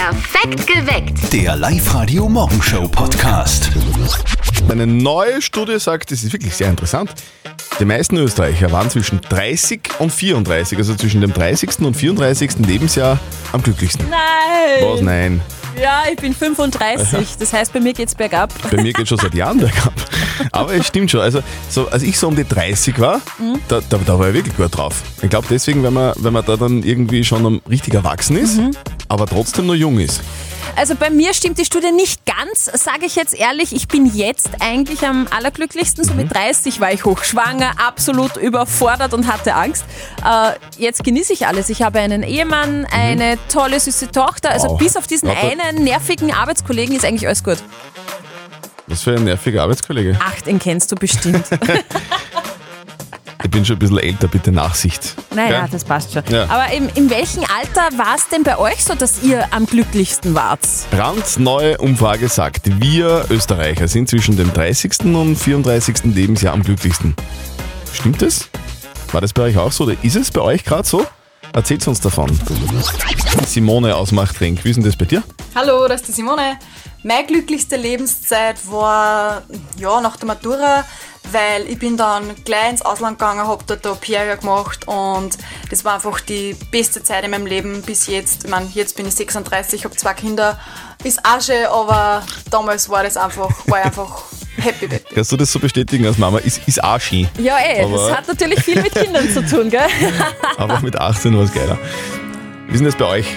Perfekt geweckt. Der Live-Radio-Morgenshow-Podcast. Eine neue Studie sagt, das ist wirklich sehr interessant, die meisten Österreicher waren zwischen 30 und 34, also zwischen dem 30. und 34. Lebensjahr am glücklichsten. Nein! Was, nein? Ja, ich bin 35, das heißt, bei mir geht's bergab. Bei mir geht schon seit Jahren bergab. Aber es stimmt schon, also als ich so um die 30 war, da war ich wirklich gut drauf. Ich glaube deswegen, wenn man da dann irgendwie schon richtig erwachsen ist, aber trotzdem noch jung ist. Also bei mir stimmt die Studie nicht ganz, sage ich jetzt ehrlich. Ich bin jetzt eigentlich am allerglücklichsten. So mit 30 war ich hochschwanger, absolut überfordert und hatte Angst. Jetzt genieße ich alles. Ich habe einen Ehemann, eine tolle, süße Tochter. Also bis auf diesen einen nervigen Arbeitskollegen ist eigentlich alles gut. Was für ein nerviger Arbeitskollege? Ach, den kennst du bestimmt. Ich bin schon ein bisschen älter, bitte Nachsicht. Naja, Ja? das passt schon. Ja. Aber in welchem Alter war es denn bei euch so, dass ihr am glücklichsten wart? Brandneue Umfrage sagt, wir Österreicher sind zwischen dem 30. und 34. Lebensjahr am glücklichsten. Stimmt das? War das bei euch auch so oder ist es bei euch gerade so? Erzählt uns davon. Simone aus Machtrenk, wie ist denn das bei dir? Hallo, das ist die Simone. Meine glücklichste Lebenszeit war nach der Matura, weil ich bin dann gleich ins Ausland gegangen, habe dort Au pair gemacht und das war einfach die beste Zeit in meinem Leben bis jetzt. Ich meine, jetzt bin ich 36, habe 2 Kinder, ist auch schön, aber damals war ich einfach happy. Kannst du das so bestätigen als Mama? Ist auch schön. Ja, Aber- das hat natürlich viel mit Kindern zu tun, gell? Aber mit 18 war es geiler. Wie ist denn das bei euch?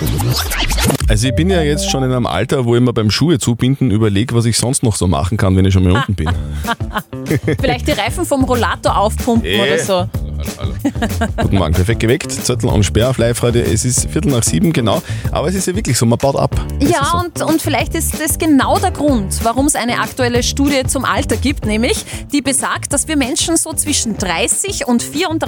Also ich bin ja jetzt schon in einem Alter, wo ich mir beim Schuhe zubinden überlege, was ich sonst noch so machen kann, wenn ich schon mal unten bin. Vielleicht die Reifen vom Rollator aufpumpen oder so. Hallo. Guten Morgen, perfekt geweckt. Zettel und Sperr auf Live-Radio. Es ist 7:15, genau. Aber es ist ja wirklich so, man baut ab. Es ist Ja, so. und vielleicht ist das genau der Grund, warum es eine aktuelle Studie zum Alter gibt, nämlich die besagt, dass wir Menschen so zwischen 30 und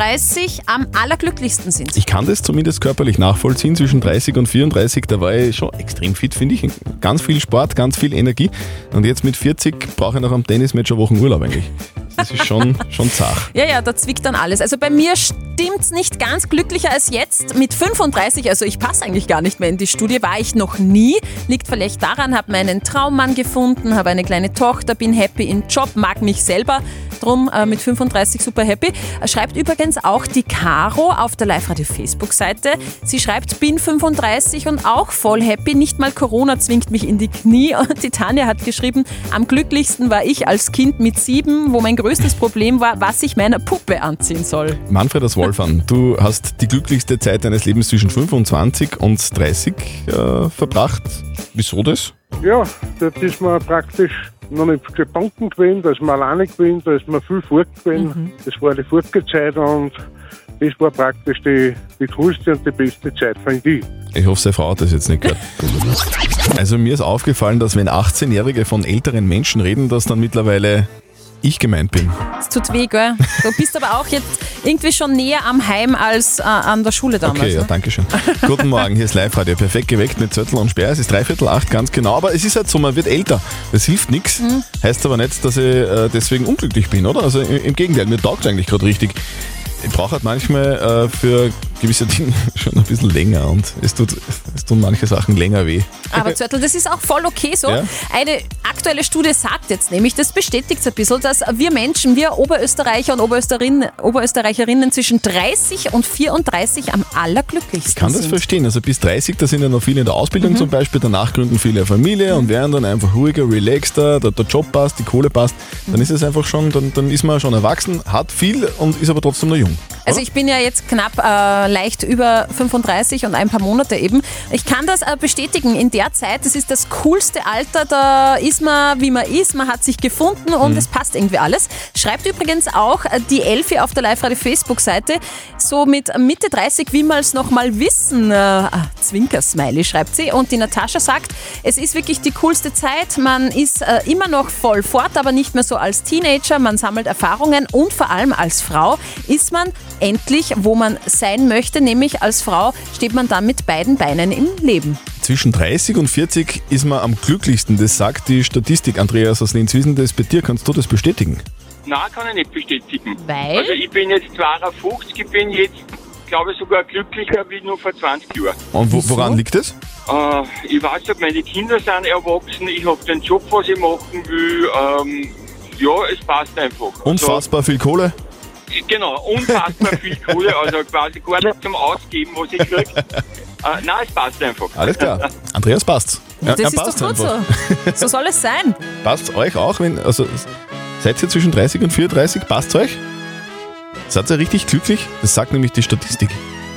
34 am allerglücklichsten sind. Ich kann das zumindest körperlich nachvollziehen. Zwischen 30 und 34, da war ich schon extrem fit, finde ich. Ganz viel Sport, ganz viel Energie. Und jetzt mit 40 brauche ich nach einem Tennismatch eine Woche Urlaub eigentlich. Das ist schon zart. Ja, da zwickt dann alles. Also bei mir stimmt's nicht ganz glücklicher als jetzt. Mit 35, also ich passe eigentlich gar nicht mehr in die Studie, war ich noch nie. Liegt vielleicht daran, habe meinen Traummann gefunden, habe eine kleine Tochter, bin happy im Job, mag mich selber. Drum mit 35 super happy. Schreibt übrigens auch die Caro auf der Live-Radio-Facebook-Seite. Sie schreibt, bin 35 und auch voll happy. Nicht mal Corona zwingt mich in die Knie. Und die Tanja hat geschrieben, am glücklichsten war ich als Kind mit 7, wo mein größtes Problem war, was ich meiner Puppe anziehen soll. Manfred aus Wolfern, du hast die glücklichste Zeit deines Lebens zwischen 25 und 30 verbracht. Wieso das? Ja, dort ist man praktisch noch nicht gebunden gewesen, da ist man alleine gewesen, da ist man viel fort gewesen. Das war die Fortgezeit und das war praktisch die coolste und die beste Zeit, finde ich. Ich hoffe, seine Frau hat das jetzt nicht gehört. Also mir ist aufgefallen, dass wenn 18-Jährige von älteren Menschen reden, dass dann mittlerweile ich gemeint bin. Es tut weh, gell? Du bist aber auch jetzt irgendwie schon näher am Heim als an der Schule damals. Okay, ja, danke schön. Guten Morgen, hier ist Live-Radio. Perfekt geweckt mit Zettel und Sperr. Es ist 7:45, ganz genau. Aber es ist halt so, man wird älter. Das hilft nichts. Heißt aber nicht, dass ich deswegen unglücklich bin, oder? Also im Gegenteil, mir taugt es eigentlich gerade richtig. Ich brauche halt manchmal für gewisse Dinge schon ein bisschen länger und es tun manche Sachen länger weh. Aber Zörtl, das ist auch voll okay so. Ja. Eine aktuelle Studie sagt jetzt nämlich, das bestätigt es ein bisschen, dass wir Menschen, wir Oberösterreicher und Oberösterreicherinnen zwischen 30 und 34 am allerglücklichsten Ich kann das sind. verstehen. Also bis 30, da sind ja noch viele in der Ausbildung zum Beispiel, danach gründen viele eine Familie und werden dann einfach ruhiger, relaxter, der Job passt, die Kohle passt, dann ist es einfach schon, dann ist man schon erwachsen, hat viel und ist aber trotzdem noch jung. Also ich bin ja jetzt knapp leicht über 35 und ein paar Monate eben. Ich kann das bestätigen, in der Zeit, das ist das coolste Alter, da ist man, wie man ist, man hat sich gefunden und es passt irgendwie alles. Schreibt übrigens auch die Elfi auf der Live-Radio-Facebook-Seite, so mit Mitte 30 will man es noch mal wissen. Zwinker-Smiley schreibt sie. Und die Natascha sagt, es ist wirklich die coolste Zeit, man ist immer noch voll fort, aber nicht mehr so als Teenager, man sammelt Erfahrungen und vor allem als Frau ist man endlich, wo man sein möchte, nämlich als Frau steht man dann mit beiden Beinen im Leben. Zwischen 30 und 40 ist man am glücklichsten, das sagt die Statistik. Andreas aus Linz, wie ist denn das bei dir? Kannst du das bestätigen? Nein, kann ich nicht bestätigen. Weil? Also ich bin jetzt 52, ich bin jetzt glaube ich, sogar glücklicher wie nur vor 20 Jahren. Und woran liegt es? Ich weiß nicht, meine Kinder sind erwachsen, ich habe den Job, was ich machen will. Ja, es passt einfach. Unfassbar viel Kohle? Genau, unfassbar viel Kohle, also quasi gar nicht zum Ausgeben, was ich kriege. Nein, es passt einfach. Alles klar. Andreas, passt's. Ja, Das ist doch gut so. So soll es sein. Passt's euch auch, seid ihr zwischen 30 und 34? Passt's euch? Seid ihr richtig glücklich? Das sagt nämlich die Statistik.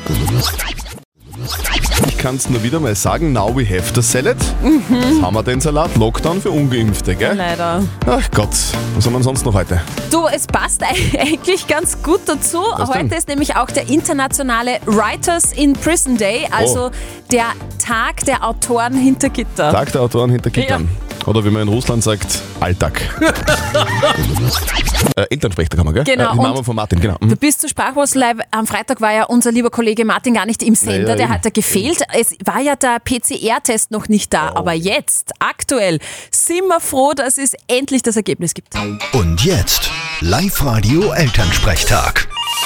Ich kann es nur wieder mal sagen, now we have the salad. Jetzt haben wir den Salat, Lockdown für Ungeimpfte, gell? Leider. Ach Gott, was haben wir sonst noch heute? Du, es passt eigentlich ganz gut dazu. Was Heute denn? ist nämlich auch der internationale Writers in Prison Day, also der Tag der Autoren hinter Gitter. Tag der Autoren hinter Gittern. Oder wie man in Russland sagt, Alltag. Elternsprechkammer, gell? Genau, Die Mama und von Martin, genau. Du bist zu Sprachwurst live. Am Freitag war ja unser lieber Kollege Martin gar nicht im Sender, Ja, der eben. hat ja gefehlt. Es war ja der PCR-Test noch nicht da, aber jetzt, aktuell, sind wir froh, dass es endlich das Ergebnis gibt. Und jetzt Live-Radio Elternsprechtag.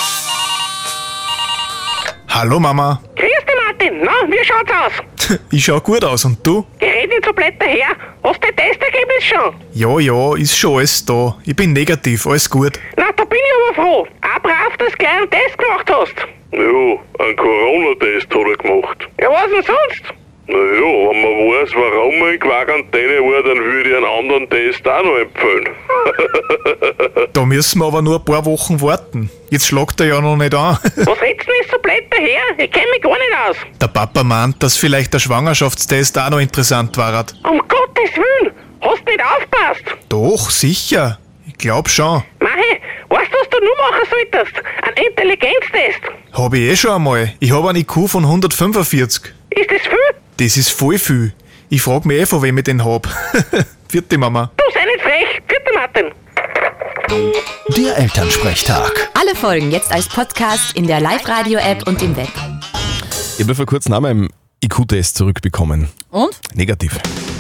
Hallo Mama. Grüß dich, Martin. Na, wie schaut's aus? Ich schau gut aus und du? Ich red nicht so blöd daher. Hast du dein Testergebnis schon? Ja, ist schon alles da. Ich bin negativ, alles gut. Na, da bin ich aber froh. Auch brav, dass du gleich einen Test gemacht hast. Ja, einen Corona-Test hat er gemacht. Ja, was denn sonst? Naja, wenn man weiß, warum man in Quarantäne war, dann würde ich einen anderen Test auch noch empfehlen. Da müssen wir aber nur ein paar Wochen warten. Jetzt schlagt er ja noch nicht an. Was redst du denn so blöd daher? Ich kenn mich gar nicht aus. Der Papa meint, dass vielleicht der Schwangerschaftstest auch noch interessant war. Um Gottes Willen. Hast du nicht aufgepasst? Doch, sicher. Ich glaub schon. Mache, weißt du, was du nur machen solltest? Ein Intelligenztest. Hab ich eh schon einmal. Ich hab einen IQ von 145. Ist das viel? Das ist voll viel. Ich frag mich von wem ich den hab. Vierte Mama. Du, sei nicht frech. Vierte Martin. Der Elternsprechtag. Alle Folgen jetzt als Podcast in der Live-Radio-App und im Web. Ich habe vor kurzem auch meinen IQ-Test zurückbekommen. Und? Negativ.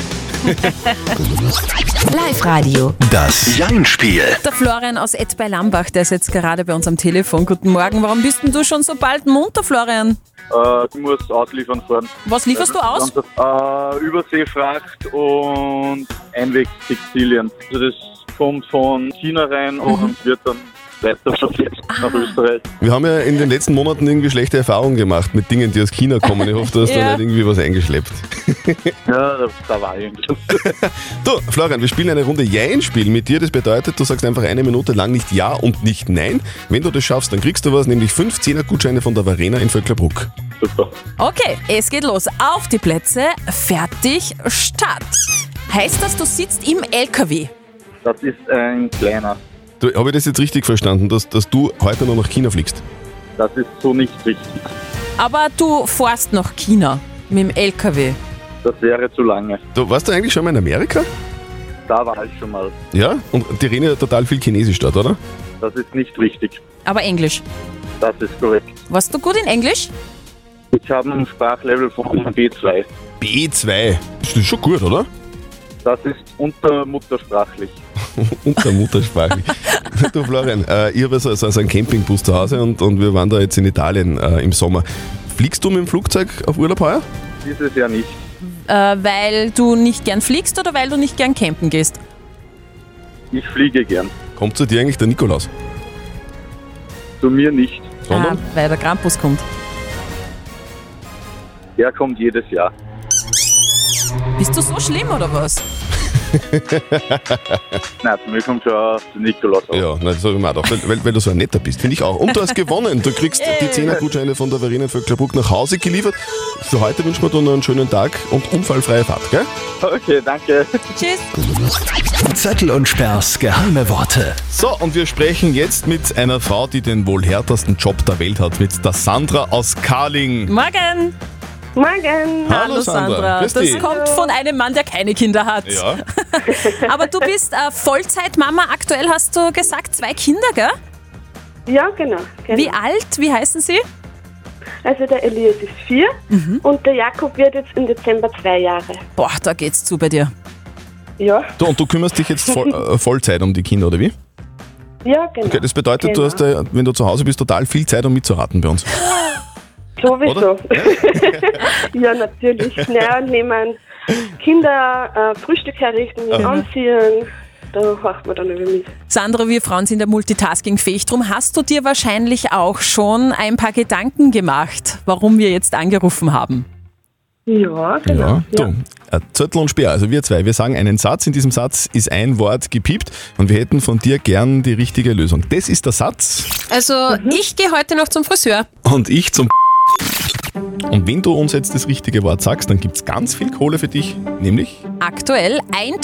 Live-Radio. Das Jein-Spiel. Der Florian aus Ed bei Lambach, der ist jetzt gerade bei uns am Telefon. Guten Morgen. Warum bist denn du schon so bald munter, Florian? Ich muss ausliefern fahren. Was lieferst du aus? Überseefracht und Einwegtextilien. Also das kommt von China rein und wird dann weiter verkehrt nach Österreich. Wir haben ja in den letzten Monaten irgendwie schlechte Erfahrungen gemacht mit Dingen, die aus China kommen. Ich hoffe, du hast da nicht irgendwie was eingeschleppt. Ja, da war irgendwas. Du, Florian, wir spielen eine Runde Ja-Spiel mit dir. Das bedeutet, du sagst einfach 1 Minute lang nicht Ja und nicht Nein. Wenn du das schaffst, dann kriegst du was, nämlich 5 10er-Gutscheine von der Varena in Vöcklerbruck. Super. Okay, es geht los. Auf die Plätze, fertig, Start. Heißt das, du sitzt im LKW? Das ist ein kleiner. Du, habe ich das jetzt richtig verstanden, dass du heute noch nach China fliegst? Das ist so nicht richtig. Aber du fährst nach China mit dem LKW. Das wäre zu lange. Du warst du eigentlich schon mal in Amerika? Da war ich schon mal. Ja? Und die reden ja total viel Chinesisch dort, oder? Das ist nicht richtig. Aber Englisch. Das ist korrekt. Warst du gut in Englisch? Ich habe ein Sprachlevel von B2. B2. Das ist schon gut, oder? Das ist untermuttersprachlich. Untermuttersprachlich. Du Florian, ich habe so einen Campingbus zu Hause und wir waren da jetzt in Italien im Sommer. Fliegst du mit dem Flugzeug auf Urlaub heuer? Dieses Jahr nicht. Weil du nicht gern fliegst oder weil du nicht gern campen gehst? Ich fliege gern. Kommt zu dir eigentlich der Nikolaus? Zu mir nicht. Sondern? Weil der Krampus kommt. Der kommt jedes Jahr. Bist du so schlimm oder was? Nein, zu mir kommt schon der Nikolaus auf. Ja, nein, das habe ich mir auch gedacht, weil du so ein Netter bist, finde ich auch. Und du hast gewonnen. Du kriegst die 10er-Gutscheine von der Varena in Vöcklerbruck nach Hause geliefert. Für heute wünschen wir dir noch einen schönen Tag und unfallfreie Fahrt, gell? Okay, danke. Tschüss. Zettel und Sperrs geheime Worte. So, und wir sprechen jetzt mit einer Frau, die den wohl härtesten Job der Welt hat, mit der Sandra aus Karling. Morgen. Morgen. Hallo Sandra. Grüß Das dich. kommt von einem Mann, der keine Kinder hat. Ja. Aber du bist Vollzeitmama. Aktuell hast du gesagt 2 Kinder, gell? Ja, genau. Wie alt? Wie heißen sie? Also der Elias ist 4 und der Jakob wird jetzt im Dezember 2 Jahre. Boah, da geht's zu bei dir. Ja. Du, und du kümmerst dich jetzt Vollzeit um die Kinder, oder wie? Ja, genau. Okay, das bedeutet, du hast, wenn du zu Hause bist, total viel Zeit, um mitzuraten bei uns. Sowieso. Ja, natürlich. Naja, nehmen Kinder Frühstück herrichten, anziehen. Da macht man dann über mich. Sandra, wir Frauen sind ja multitaskingfähig. Drum hast du dir wahrscheinlich auch schon ein paar Gedanken gemacht, warum wir jetzt angerufen haben. Ja, genau. Ja, du, Zettel und Sperr, also wir zwei, wir sagen einen Satz. In diesem Satz ist ein Wort gepiept und wir hätten von dir gern die richtige Lösung. Das ist der Satz. Also ich gehe heute noch zum Friseur. Und ich zum Und wenn du uns jetzt das richtige Wort sagst, dann gibt es ganz viel Kohle für dich, nämlich? Aktuell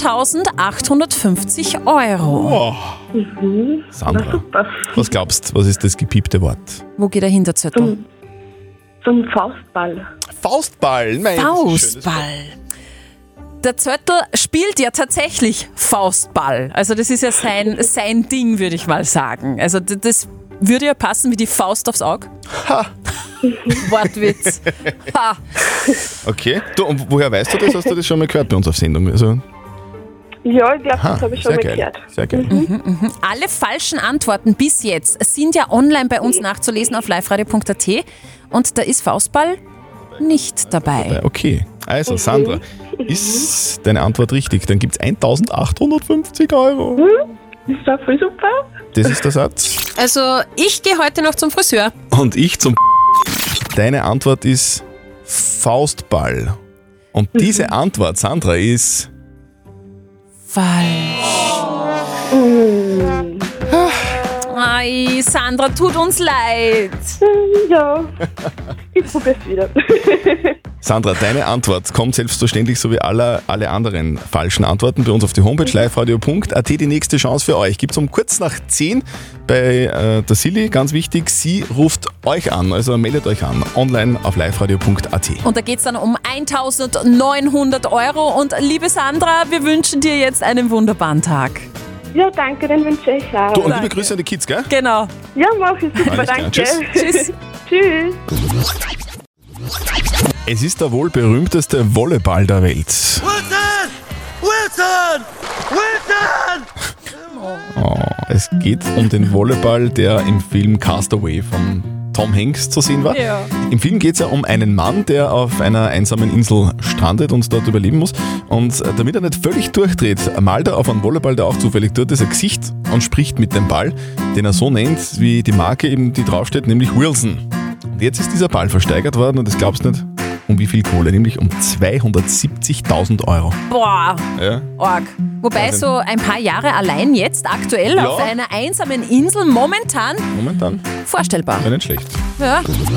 1.850 €. Oh. Sandra, was glaubst du, was ist das gepiepte Wort? Wo geht der Hinterzettel? Zum Faustball. Faustball, mein Faustball. Der Zöttl spielt ja tatsächlich Faustball. Also das ist ja sein Ding, würde ich mal sagen. Also das würde ja passen wie die Faust aufs Auge. Ha. Wortwitz. Ha. Okay. Du, und woher weißt du das? Hast du das schon mal gehört bei uns auf Sendung? Also ja, ich glaube, das habe ich schon mal geil. gehört. Sehr geil. Alle falschen Antworten bis jetzt sind ja online bei uns nachzulesen auf liveradio.at und da ist Faustball nicht dabei. Okay. Also Sandra, ist deine Antwort richtig? Dann gibt es 1.850 €. Das ist doch voll super. Das ist der Satz. Also ich gehe heute noch zum Friseur. Und ich zum Deine Antwort ist Faustball. Und diese Antwort, Sandra, ist falsch. Ei, Sandra, tut uns leid. Ja, ich probiere es wieder. Sandra, deine Antwort kommt selbstverständlich so wie alle anderen falschen Antworten bei uns auf die Homepage liveradio.at. Die nächste Chance für euch gibt es um kurz nach 10 bei der Silly. Ganz wichtig, sie ruft euch an, also meldet euch an, online auf liveradio.at. Und da geht es dann um 1.900 €. Und liebe Sandra, wir wünschen dir jetzt einen wunderbaren Tag. Ja, danke, den wünsche ich auch. Du, und liebe Grüße an die Kids, gell? Genau. Ja, mach ich super, Alles klar. danke. Tschüss. Tschüss. Tschüss. Es ist der wohl berühmteste Volleyball der Welt. Wilson! Oh, es geht um den Volleyball, der im Film Castaway von Tom Hanks zu sehen war. Ja. Im Film geht es ja um einen Mann, der auf einer einsamen Insel strandet und dort überleben muss. Und damit er nicht völlig durchdreht, malt er auf einen Volleyball, der auch zufällig dort ist, ein Gesicht und spricht mit dem Ball, den er so nennt, wie die Marke eben, die draufsteht, nämlich Wilson. Und jetzt ist dieser Ball versteigert worden und das glaubst du nicht, um wie viel Kohle, nämlich um 270.000 €. Boah, Ja. arg. Wobei Wahnsinn. so ein paar Jahre allein jetzt aktuell Ja. auf einer einsamen Insel momentan vorstellbar. Ja, nicht schlecht. Ja.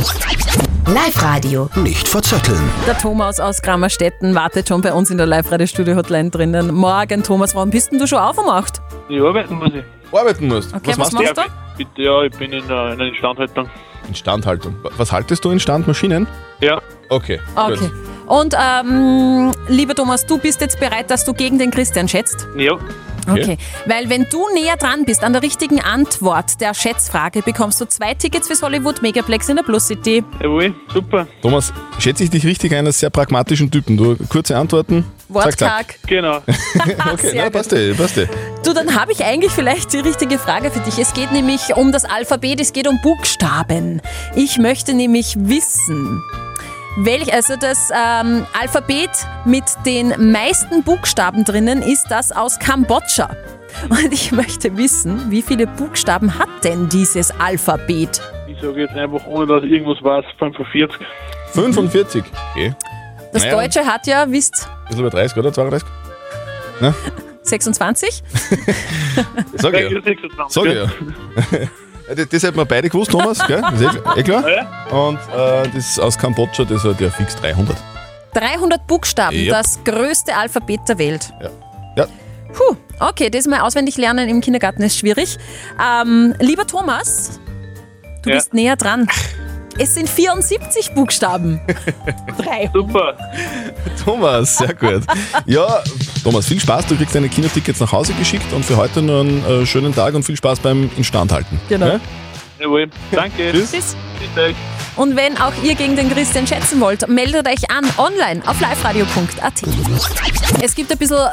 Live-Radio. Nicht verzetteln. Der Thomas aus Grammerstetten wartet schon bei uns in der Live-Radio-Studio-Hotline drinnen. Morgen, Thomas, warum bist denn du schon auf um 8? Ich arbeiten muss ich. Arbeiten musst? Okay, was machst du? Bitte, ja, ich bin in einer Instandhaltung. Instandhaltung. Was haltest du in Stand? Maschinen? Ja. Okay. Okay. Gut. Und lieber Thomas, du bist jetzt bereit, dass du gegen den Christian schätzt? Ja. Okay, weil wenn du näher dran bist an der richtigen Antwort der Schätzfrage, bekommst du 2 Tickets fürs Hollywood Megaplex in der Plus City. Jawohl, super. Thomas, schätze ich dich richtig ein als sehr pragmatischen Typen. Du kurze Antworten. Zack, zack. Wortkarg. Genau. Okay, Sehr na, passt eh. Du, dann habe ich eigentlich vielleicht die richtige Frage für dich. Es geht nämlich um das Alphabet, es geht um Buchstaben. Ich möchte nämlich wissen, also das Alphabet mit den meisten Buchstaben drinnen ist das aus Kambodscha. Und ich möchte wissen, wie viele Buchstaben hat denn dieses Alphabet? Ich sage jetzt einfach, ohne dass ich irgendwas weiß, 45. 45? Okay. Das Deutsche hat ja, wisst, Ein bisschen über 30, oder? 32? Na? 26? Sag ich ja. Sag ich ja. Das hätten wir beide gewusst, Thomas, gell? Das ist eh klar. Und das aus Kambodscha, das hat ja fix 300. 300 Buchstaben, Yep. das größte Alphabet der Welt. Ja. Puh, okay, das mal auswendig lernen im Kindergarten ist schwierig. Lieber Thomas, du bist näher dran. Es sind 74 Buchstaben. 300. Super. Thomas, sehr gut. Ja, Thomas, viel Spaß. Du kriegst deine Kinotickets nach Hause geschickt und für heute nur einen schönen Tag und viel Spaß beim Instandhalten. Genau. Ja? Jawohl, danke. Tschüss. Tschüss. Tschüss. Und wenn auch ihr gegen den Christian schätzen wollt, meldet euch an online auf liveradio.at. Es gibt ein bisschen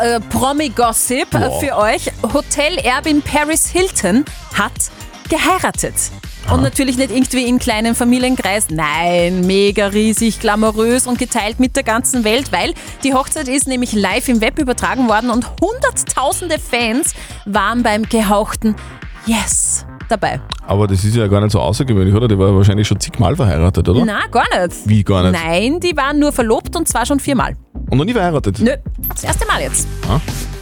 Promi-Gossip für euch. Hotel-Erbin Paris Hilton hat geheiratet. Und natürlich nicht irgendwie in kleinen Familienkreis. Nein, mega riesig, glamourös und geteilt mit der ganzen Welt, weil die Hochzeit ist nämlich live im Web übertragen worden und hunderttausende Fans waren beim gehauchten Yes dabei. Aber das ist ja gar nicht so außergewöhnlich, oder? Die war wahrscheinlich schon zigmal verheiratet, oder? Na, gar nicht. Wie gar nicht? Nein, die waren nur verlobt und zwar schon 4-mal. Und noch nie verheiratet? Nö, das erste Mal jetzt. Ah.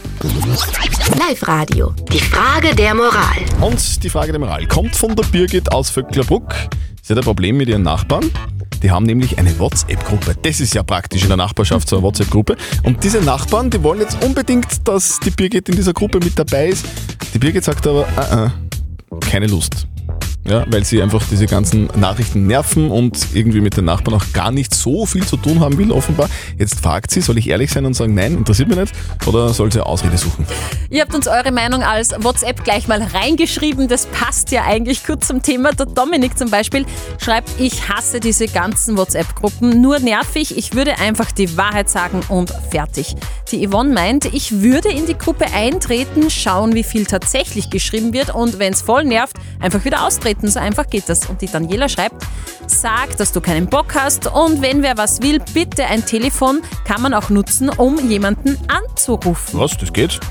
Live-Radio. Die Frage der Moral. Und die Frage der Moral kommt von der Birgit aus Vöcklerbruck. Sie hat ein Problem mit ihren Nachbarn. Die haben nämlich eine WhatsApp-Gruppe. Das ist ja praktisch in der Nachbarschaft, so eine WhatsApp-Gruppe. Und diese Nachbarn, die wollen jetzt unbedingt, dass die Birgit in dieser Gruppe mit dabei ist. Die Birgit sagt aber, keine Lust. Ja, weil sie einfach diese ganzen Nachrichten nerven und irgendwie mit den Nachbarn auch gar nicht so viel zu tun haben will, offenbar. Jetzt fragt sie, soll ich ehrlich sein und sagen, nein, interessiert mich nicht, oder soll sie eine Ausrede suchen? Ihr habt uns eure Meinung als WhatsApp gleich mal reingeschrieben, das passt ja eigentlich gut zum Thema. Der Dominik zum Beispiel schreibt, ich hasse diese ganzen WhatsApp-Gruppen, nur nervig, ich würde einfach die Wahrheit sagen und fertig. Die Yvonne meint, ich würde in die Gruppe eintreten, schauen, wie viel tatsächlich geschrieben wird und wenn es voll nervt, einfach wieder austreten. So einfach geht das. Und die Daniela schreibt, sag, dass du keinen Bock hast und wenn wer was will, bitte ein Telefon kann man auch nutzen, um jemanden anzurufen. Was, das geht?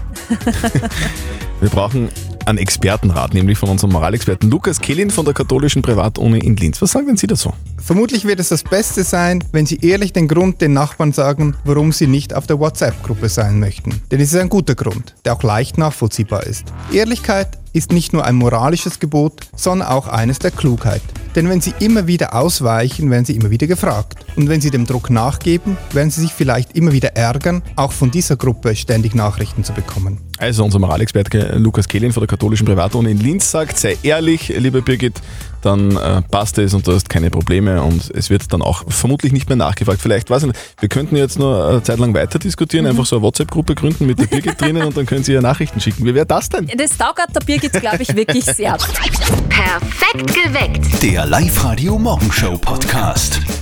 Wir brauchen einen Expertenrat, nämlich von unserem Moralexperten Lukas Kehlin von der katholischen Privatuni in Linz. Was sagen denn Sie dazu? Vermutlich wird es das Beste sein, wenn Sie ehrlich den Grund den Nachbarn sagen, warum Sie nicht auf der WhatsApp-Gruppe sein möchten. Denn es ist ein guter Grund, der auch leicht nachvollziehbar ist. Ehrlichkeit ist nicht nur ein moralisches Gebot, sondern auch eines der Klugheit. Denn wenn Sie immer wieder ausweichen, werden Sie immer wieder gefragt. Und wenn Sie dem Druck nachgeben, werden Sie sich vielleicht immer wieder ärgern, auch von dieser Gruppe ständig Nachrichten zu bekommen. Also unser Moralexperte Lukas Kehlin von der katholischen Privatuni in Linz sagt, sei ehrlich, liebe Birgit, dann passt es und du hast keine Probleme und es wird dann auch vermutlich nicht mehr nachgefragt. Vielleicht, weiß ich nicht, wir könnten jetzt nur eine Zeit lang weiter diskutieren, einfach so eine WhatsApp-Gruppe gründen mit der Birgit drinnen und dann können Sie ihr Nachrichten schicken. Wie wäre das denn? Das taugt der Birgit, glaube ich, wirklich sehr. Perfekt geweckt. Der Live-Radio Morgenshow Podcast.